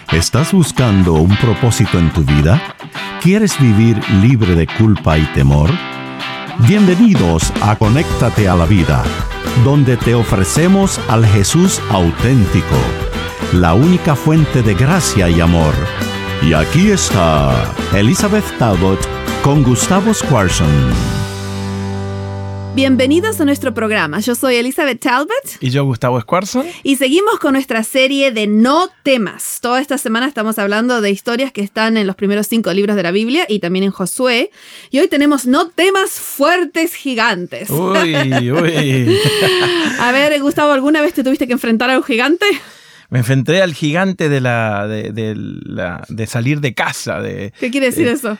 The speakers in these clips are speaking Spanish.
¿Estás buscando un propósito en tu vida? ¿Quieres vivir libre de culpa y temor? Bienvenidos a Conéctate a la Vida, donde te ofrecemos al Jesús auténtico, la única fuente de gracia y amor. Y aquí está Elizabeth Talbot con Gustavo Squarson. Bienvenidos a nuestro programa. Yo soy Elizabeth Talbot. Y yo, Gustavo Squarson. Y seguimos con nuestra serie de No temas. Toda esta semana estamos hablando de historias que están en los primeros 5 libros de la Biblia y también en Josué. Y hoy tenemos No temas fuertes gigantes. Uy. A ver, Gustavo, ¿alguna vez te tuviste que enfrentar a un gigante? Me enfrenté al gigante de salir de casa. ¿Qué quiere decir eso?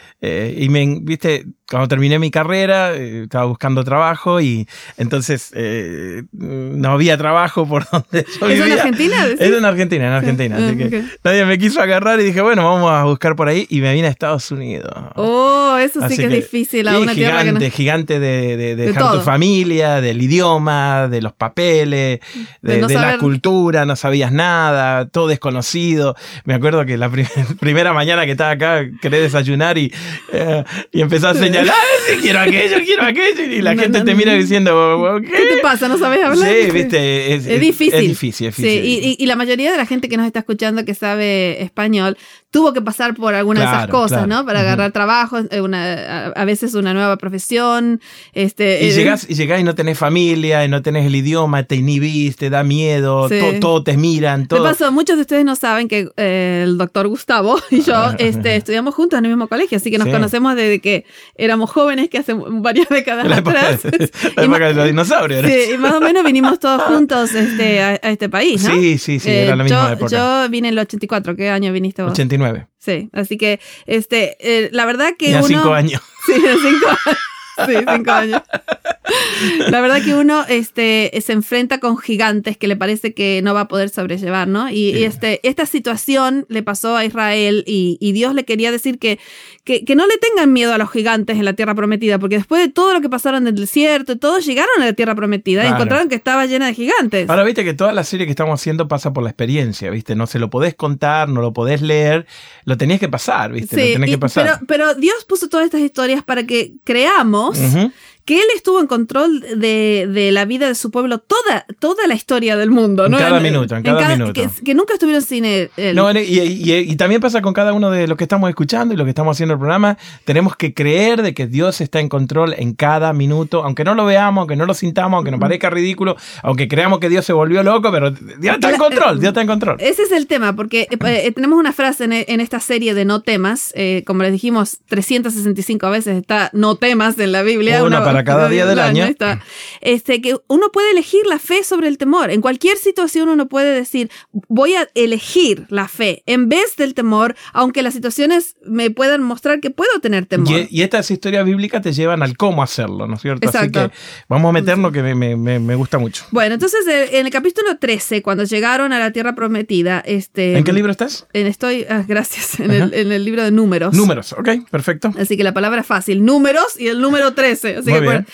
Viste, cuando terminé mi carrera, estaba buscando trabajo y entonces no había trabajo por donde yo vivía. ¿Es en Argentina? ¿Decís? Es en Argentina. Así que nadie me quiso agarrar y dije, bueno, vamos a buscar por ahí. Y me vine a Estados Unidos. Oh, eso sí que es difícil. Gigante de dejar tu familia, del idioma, de los papeles, de la cultura, no sabías nada. Todo desconocido. Me acuerdo que la primera mañana que estaba acá quería desayunar y empezó a señalar, quiero aquello, y la gente te mira diciendo, ¿qué te pasa? ¿No sabes hablar? Sí, viste, es difícil. Sí, y la mayoría de la gente que nos está escuchando que sabe español tuvo que pasar por alguna de esas cosas, ¿no? Para agarrar trabajo, a veces una nueva profesión. Y llegás y no tenés familia, y no tenés el idioma, te inhibís, te da miedo, todo te miran. Todo. Me pasó, muchos de ustedes no saben que el doctor Gustavo y yo estudiamos juntos en el mismo colegio, así que nos conocemos desde que éramos jóvenes, que hace varias décadas atrás. La época de los dinosaurios. Sí, y más o menos vinimos todos juntos a este país, ¿no? Sí, era la misma época. Yo vine en el 84, ¿qué año viniste vos? 89. Sí, así que la verdad que ya uno... 5 años. Sí, 5 años. Sí, 5 años. La verdad que uno se enfrenta con gigantes que le parece que no va a poder sobrellevar, ¿no? Y esta situación le pasó a Israel y Dios le quería decir que no le tengan miedo a los gigantes en la tierra prometida, porque después de todo lo que pasaron en el desierto, todos llegaron a la tierra prometida y encontraron que estaba llena de gigantes. Ahora, viste que toda la serie que estamos haciendo pasa por la experiencia, viste, no se lo podés contar, no lo podés leer, lo tenías que pasar, viste, sí, lo tenés que pasar. Pero Dios puso todas estas historias para que creamos que Él estuvo en control de la vida de su pueblo toda la historia del mundo, ¿no? En cada minuto. Que nunca estuvieron sin Él. No, y también pasa con cada uno de los que estamos escuchando y lo que estamos haciendo el programa. Tenemos que creer de que Dios está en control en cada minuto, aunque no lo veamos, aunque no lo sintamos, aunque nos parezca ridículo, aunque creamos que Dios se volvió loco, pero Dios está en control, Dios está en control. Ese es el tema, porque tenemos una frase en esta serie de no temas, como les dijimos, 365 veces está no temas en la Biblia. Una para cada día del año. Está. Que uno puede elegir la fe sobre el temor. En cualquier situación uno puede decir, voy a elegir la fe en vez del temor, aunque las situaciones me puedan mostrar que puedo tener temor. Y estas historias bíblicas te llevan al cómo hacerlo, ¿no es cierto? Exacto. Así que vamos a meternos, que me gusta mucho. Bueno, entonces en el capítulo 13, cuando llegaron a la tierra prometida... ¿En qué libro estás? Gracias, en el libro de Números. Números, ok, perfecto. Así que la palabra es fácil, Números y el número 13. Así muy que bien.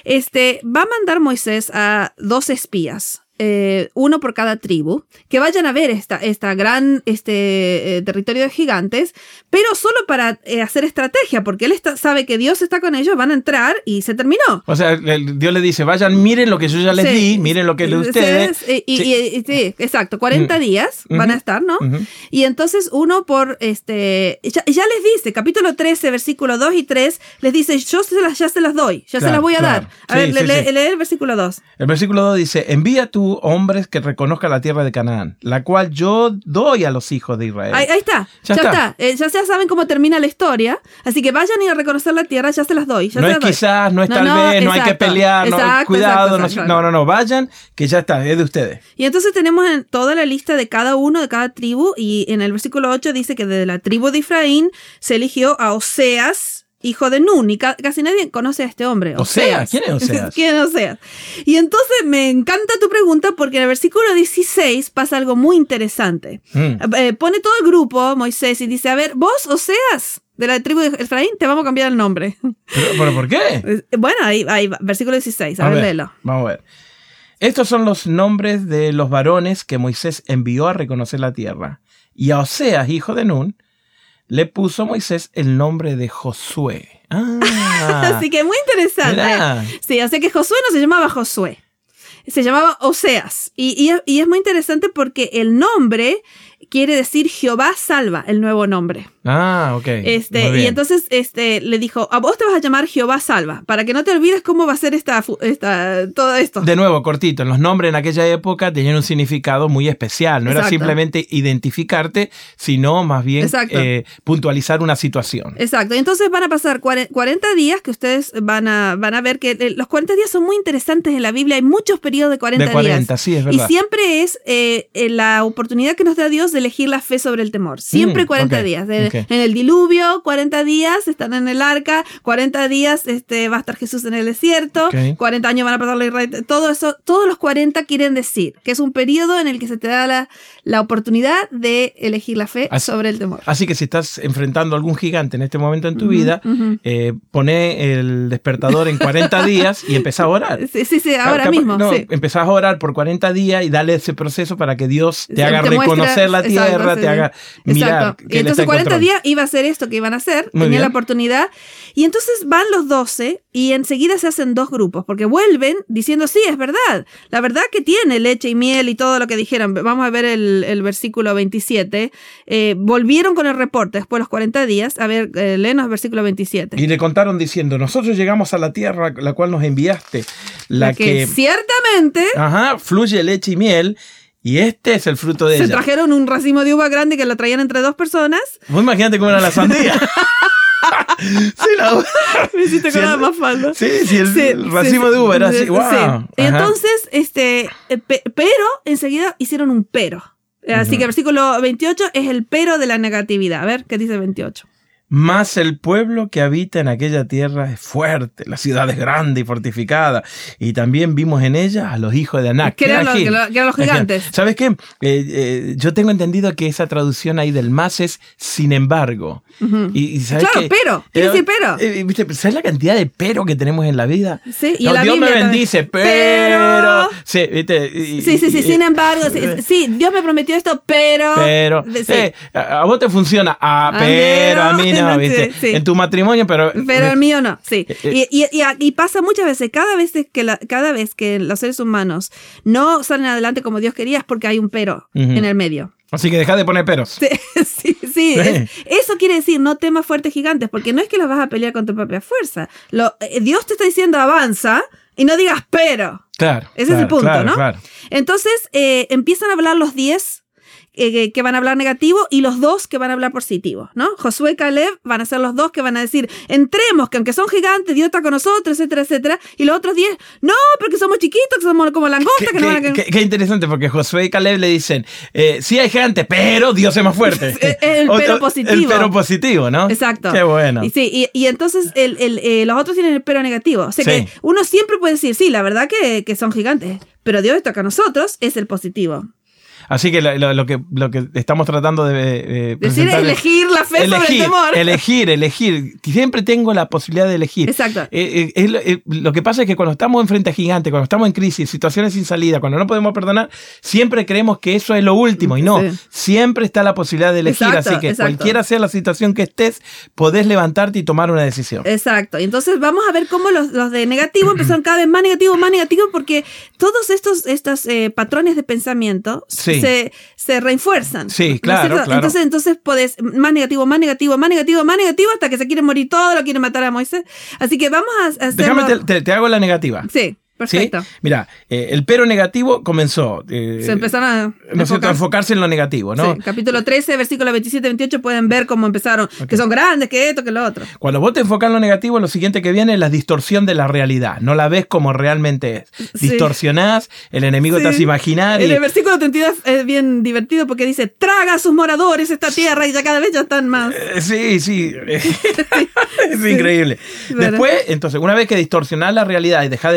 Va a mandar Moisés a 2 espías, uno por cada tribu, que vayan a ver esta gran territorio de gigantes, pero solo para hacer estrategia, porque él sabe que Dios está con ellos, van a entrar y se terminó. O sea, Dios les dice, vayan, miren lo que yo ya les di, miren lo que de ustedes. Sí, exacto, 40 días van a estar, ¿no? Y entonces uno por, ya les dice, capítulo 13, versículo 2 y 3, les dice, yo ya se las doy, se las voy a dar. A ver, lee el versículo 2. El versículo 2 dice, envía tú hombres que reconozcan la tierra de Canaán, la cual yo doy a los hijos de Israel. Ahí está, ya está. Ya saben cómo termina la historia, así que vayan a reconocer la tierra, ya se las doy. No es quizás, no es tal vez, no hay que pelear, cuidado, no, vayan, que ya está, es de ustedes. Y entonces tenemos toda la lista de cada uno, de cada tribu, y en el versículo 8 dice que de la tribu de Efraín se eligió a Oseas, hijo de Nun, y casi nadie conoce a este hombre. Oseas. ¿Quién es Oseas? ¿Quién es Oseas? Y entonces me encanta tu pregunta porque en el versículo 16 pasa algo muy interesante. Pone todo el grupo, Moisés, y dice, a ver, vos, Oseas, de la tribu de Efraín, te vamos a cambiar el nombre. ¿Pero por qué? Bueno, ahí versículo 16, a ver, léelo. Vamos a ver. Estos son los nombres de los varones que Moisés envió a reconocer la tierra. Y a Oseas, hijo de Nun, le puso Moisés el nombre de Josué. Así que muy interesante. Mirá. Sí, o sea que Josué no se llamaba Josué, se llamaba Oseas. Y es muy interesante porque el nombre quiere decir Jehová salva, el nuevo nombre. Ok. Y entonces le dijo, a vos te vas a llamar Jehová salva, para que no te olvides cómo va a ser todo esto. De nuevo, cortito, los nombres en aquella época tenían un significado muy especial. No era simplemente identificarte, sino más bien puntualizar una situación. Exacto. Y entonces van a pasar 40 días que ustedes van a ver que los 40 días son muy interesantes en la Biblia. Hay muchos periodos de 40 días. Sí, es verdad. Y siempre es la oportunidad que nos da Dios de elegir la fe sobre el temor. Siempre 40 días. En el diluvio, 40 días están en el arca, 40 días va a estar Jesús en el desierto, 40 años van a pasar la Israel. Todo eso, todos los 40 quieren decir que es un periodo en el que se te da la oportunidad de elegir la fe sobre el temor. Así que si estás enfrentando a algún gigante en este momento en tu vida, poné el despertador en 40 días y empezá a orar. Sí, ahora mismo. Empezás a orar por 40 días y dale ese proceso para que Dios te haga reconocer la tierra, te haga mirar. Y entonces 40 días iba a ser esto que iban a hacer, tenían la oportunidad. Y entonces van los 12 y enseguida se hacen dos grupos, porque vuelven diciendo, sí, es verdad. La verdad que tiene leche y miel y todo lo que dijeron. Vamos a ver el versículo 27. Volvieron con el reporte después de los 40 días. A ver, léenos el versículo 27. Y le contaron diciendo, nosotros llegamos a la tierra la cual nos enviaste, la que ciertamente fluye leche y miel. Y este es el fruto de ella. Se trajeron un racimo de uva grande que lo traían entre dos personas. Vos imagínate cómo era la sandía. Me hiciste con la Mafalda. Sí, el racimo de uva era así. Wow. Sí. Entonces, pero enseguida hicieron un pero. Así que el versículo 28 es el pero de la negatividad. A ver, ¿qué dice el 28? Mas el pueblo que habita en aquella tierra es fuerte, la ciudad es grande y fortificada, y también vimos en ella a los hijos de Anac. Que eran los gigantes. ¿Sabes qué? Yo tengo entendido que esa traducción ahí del más es sin embargo. Y ¿sabes claro, pero. Quiere decir pero. ¿Sabes la cantidad de pero que tenemos en la vida? Sí, y en la Dios Biblia me bendice, pero. Sí, sin embargo. Sí, Dios me prometió esto, pero. A vos te funciona, pero a mí no, ¿viste? Sí. En tu matrimonio, pero el mío no, sí. Y pasa muchas veces, cada vez que los seres humanos no salen adelante como Dios quería, es porque hay un pero en el medio. Así que deja de poner peros. Sí. Eso quiere decir, no temas fuertes gigantes, porque no es que los vas a pelear con tu propia fuerza. Dios te está diciendo avanza y no digas pero. Claro. Ese es el punto, ¿no? Claro. Entonces empiezan a hablar los 10 que van a hablar negativo y los 2 que van a hablar positivo, ¿no? Josué y Caleb van a ser los 2 que van a decir, entremos, que aunque son gigantes, Dios está con nosotros, etcétera, etcétera. Y los otros 10, no, porque somos chiquitos, que somos como langostas. Qué interesante, porque Josué y Caleb le dicen, sí hay gigantes, pero Dios es más fuerte. El pero positivo. El pero positivo, ¿no? Exacto. Qué bueno. Y entonces los otros tienen el pero negativo. O sea que uno siempre puede decir, sí, la verdad que son gigantes, pero Dios está con nosotros, es el positivo. Así que lo que estamos tratando de decir es elegir la fe sobre el temor. Elegir. Siempre tengo la posibilidad de elegir. Exacto. Lo que pasa es que cuando estamos enfrente a gigantes, cuando estamos en crisis, situaciones sin salida, cuando no podemos perdonar, siempre creemos que eso es lo último. Y no, siempre está la posibilidad de elegir. Así que cualquiera sea la situación que estés, podés levantarte y tomar una decisión. Exacto. Y entonces vamos a ver cómo los de negativo empezaron cada vez más negativo, porque todos estos patrones de pensamiento se refuerzan. Sí, claro. Entonces podés más negativo, hasta que se quieren morir todos, lo quieren matar a Moisés. Así que vamos a hacerlo. Déjame, te hago la negativa. Sí. Perfecto. ¿Sí? Mira, el pero negativo comenzó. Se empezaron a enfocarse en lo negativo, ¿no? Sí, capítulo 13, versículos 27 y 28 pueden ver cómo empezaron, que son grandes, que esto, que lo otro. Cuando vos te enfocas en lo negativo, lo siguiente que viene es la distorsión de la realidad. No la ves como realmente es. Distorsionás, el enemigo te hace imaginar. En el versículo 32 es bien divertido porque dice, traga a sus moradores esta tierra y ya cada vez ya están más. Sí. Es increíble. Después, entonces, una vez que distorsionás la realidad y dejás de ver la realidad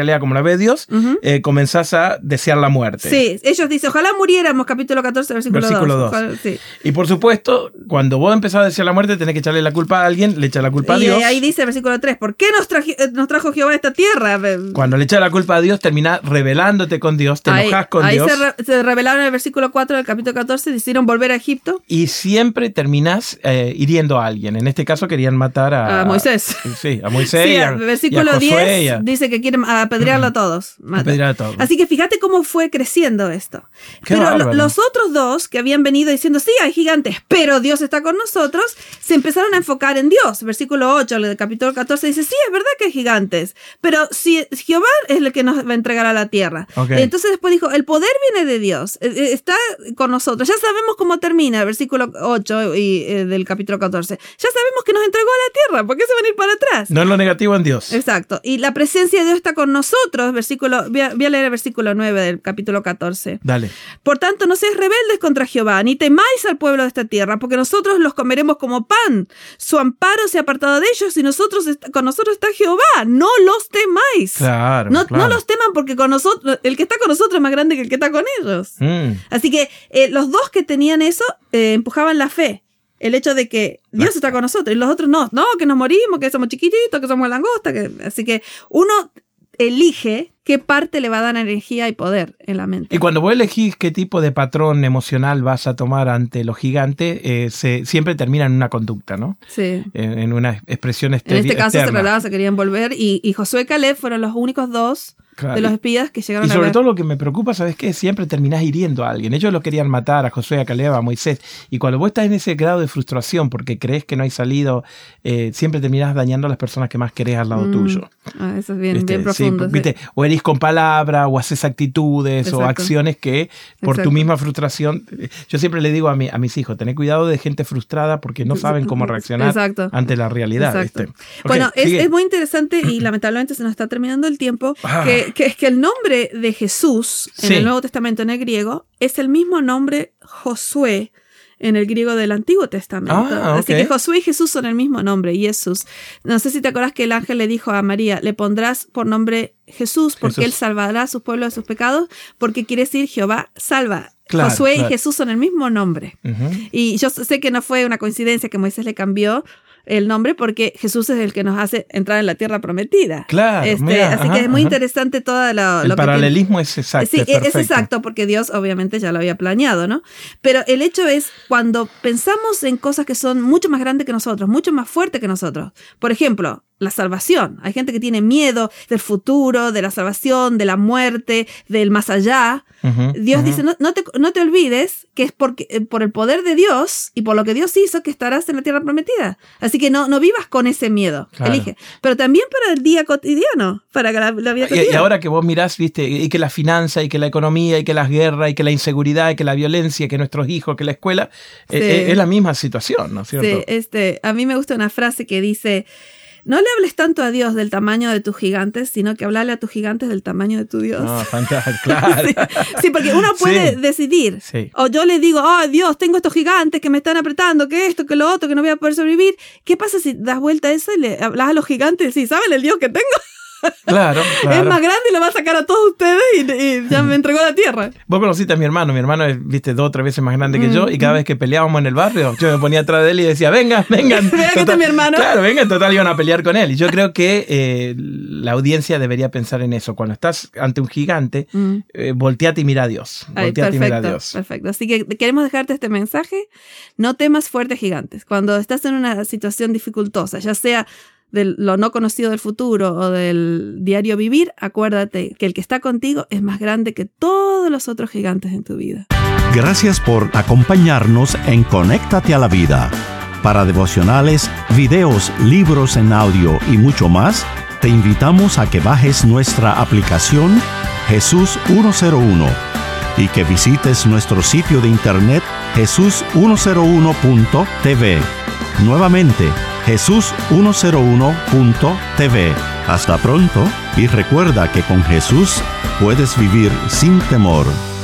realidad como la ve Dios, comenzás a desear la muerte. Sí, ellos dicen, ojalá muriéramos, capítulo 14, versículo 2. Ojalá, sí. Y por supuesto, cuando vos empezás a desear la muerte, tenés que echarle la culpa a alguien, le echas la culpa a Dios. Y ahí dice el versículo 3, ¿por qué nos trajo Jehová a esta tierra? Cuando le echas la culpa a Dios, terminás rebelándote con Dios, te enojás con Dios. Ahí se rebelaron en el versículo 4 del capítulo 14, decidieron volver a Egipto. Y siempre terminás hiriendo a alguien. En este caso querían matar a Moisés. Sí, a Moisés. Sí, el versículo 10 dice que quieren apedrearlo a todos. Apedrear a todos. Así que fíjate cómo fue creciendo esto. Qué pero bárbaro. Los otros dos que habían venido diciendo, sí, hay gigantes, pero Dios está con nosotros, se empezaron a enfocar en Dios. Versículo 8 del capítulo 14 dice, sí, es verdad que hay gigantes, pero si Jehová es el que nos va a entregar a la tierra. Okay. Entonces después dijo, el poder viene de Dios, está con nosotros. Ya sabemos cómo termina el versículo 8 del capítulo 14. Ya sabemos que nos entregó a la tierra, ¿por qué se van a ir para atrás? No es lo negativo en Dios. Exacto. Y la presencia de Dios está con nosotros. Voy a leer el versículo 9 del capítulo 14. Dale. Por tanto, no seáis rebeldes contra Jehová, ni temáis al pueblo de esta tierra, porque nosotros los comeremos como pan. Su amparo se ha apartado de ellos y con nosotros está Jehová. No los temáis. Claro, no claro. los teman porque con nosotros, el que está con nosotros es más grande que el que está con ellos. Así que los dos que tenían eso empujaban la fe. El hecho de que Dios está con nosotros y los otros no, que nos morimos, que somos chiquititos, que somos langosta. Así que uno elige qué parte le va a dar energía y poder en la mente. Y cuando vos elegís qué tipo de patrón emocional vas a tomar ante los gigantes, siempre termina en una conducta, ¿no? Sí. En una expresión externa. En este caso se rebelaban, se querían volver y Josué y Caleb fueron los únicos dos de los espías que llegaron a ver. Y sobre todo lo que me preocupa, ¿sabes qué? Siempre terminás hiriendo a alguien. Ellos los querían matar, a Josué, a Caleb, a Moisés. Y cuando vos estás en ese grado de frustración porque crees que no hay salido, siempre terminás dañando a las personas que más querés al lado tuyo. Eso es bien profundo. Sí, ¿viste? O herís con palabras, o haces actitudes, o acciones que por tu misma frustración... Yo siempre le digo a mis hijos, tened cuidado de gente frustrada porque no saben cómo reaccionar ante la realidad. ¿Viste? Bueno, es muy interesante y lamentablemente se nos está terminando el tiempo, que es que el nombre de Jesús en el Nuevo Testamento, en el griego, es el mismo nombre Josué en el griego del Antiguo Testamento. Así que Josué y Jesús son el mismo nombre, Jesús. No sé si te acuerdas que el ángel le dijo a María, le pondrás por nombre Jesús porque él salvará a su pueblo de sus pecados, porque quiere decir Jehová salva. Claro, Josué y Jesús son el mismo nombre. Y yo sé que no fue una coincidencia que Moisés le cambió el nombre porque Jesús es el que nos hace entrar en la tierra prometida. Claro. Así que es muy interesante todo lo el paralelismo es exacto. Sí, es exacto porque Dios obviamente ya lo había planeado, ¿no? Pero el hecho es cuando pensamos en cosas que son mucho más grandes que nosotros, mucho más fuertes que nosotros. Por ejemplo, la salvación. Hay gente que tiene miedo del futuro, de la salvación, de la muerte, del más allá. Dios dice, no te olvides que es por el poder de Dios y por lo que Dios hizo que estarás en la tierra prometida. Así que no vivas con ese miedo. Claro. Elige. Pero también para el día cotidiano, para la vida cotidiana. Y ahora que vos mirás, viste, y que la finanza, y que la economía, y que las guerras, y que la inseguridad, y que la violencia, y que nuestros hijos, que la escuela, es la misma situación, ¿no es cierto? Sí, a mí me gusta una frase que dice... No le hables tanto a Dios del tamaño de tus gigantes, sino que hablarle a tus gigantes del tamaño de tu Dios. Fantástico, claro. Sí, porque uno puede decidir. Sí. O yo le digo, Dios, tengo estos gigantes que me están apretando, que esto, que lo otro, que no voy a poder sobrevivir. ¿Qué pasa si das vuelta a eso y le hablas a los gigantes y decís, ¿saben el Dios que tengo? Claro. Es más grande y lo va a sacar a todos ustedes y ya me entregó a la tierra. Vos conociste a mi hermano es, viste, 2 o 3 veces más grande que yo, y cada vez que peleábamos en el barrio, yo me ponía atrás de él y decía, vengan. Mira que está mi hermano. Claro, vengan, total, iban a pelear con él. Y yo creo que la audiencia debería pensar en eso. Cuando estás ante un gigante, volteate y mira a Dios. Perfecto. Así que queremos dejarte este mensaje. No temas fuertes gigantes. Cuando estás en una situación dificultosa, ya sea de lo no conocido del futuro o del diario vivir, acuérdate que el que está contigo es más grande que todos los otros gigantes en tu vida. Gracias por acompañarnos en Conéctate a la Vida. Para devocionales, videos, libros en audio y mucho más, te invitamos a que bajes nuestra aplicación Jesús 101 y que visites nuestro sitio de internet jesús101.tv. Nuevamente, jesús101.tv. Hasta pronto y recuerda que con Jesús puedes vivir sin temor.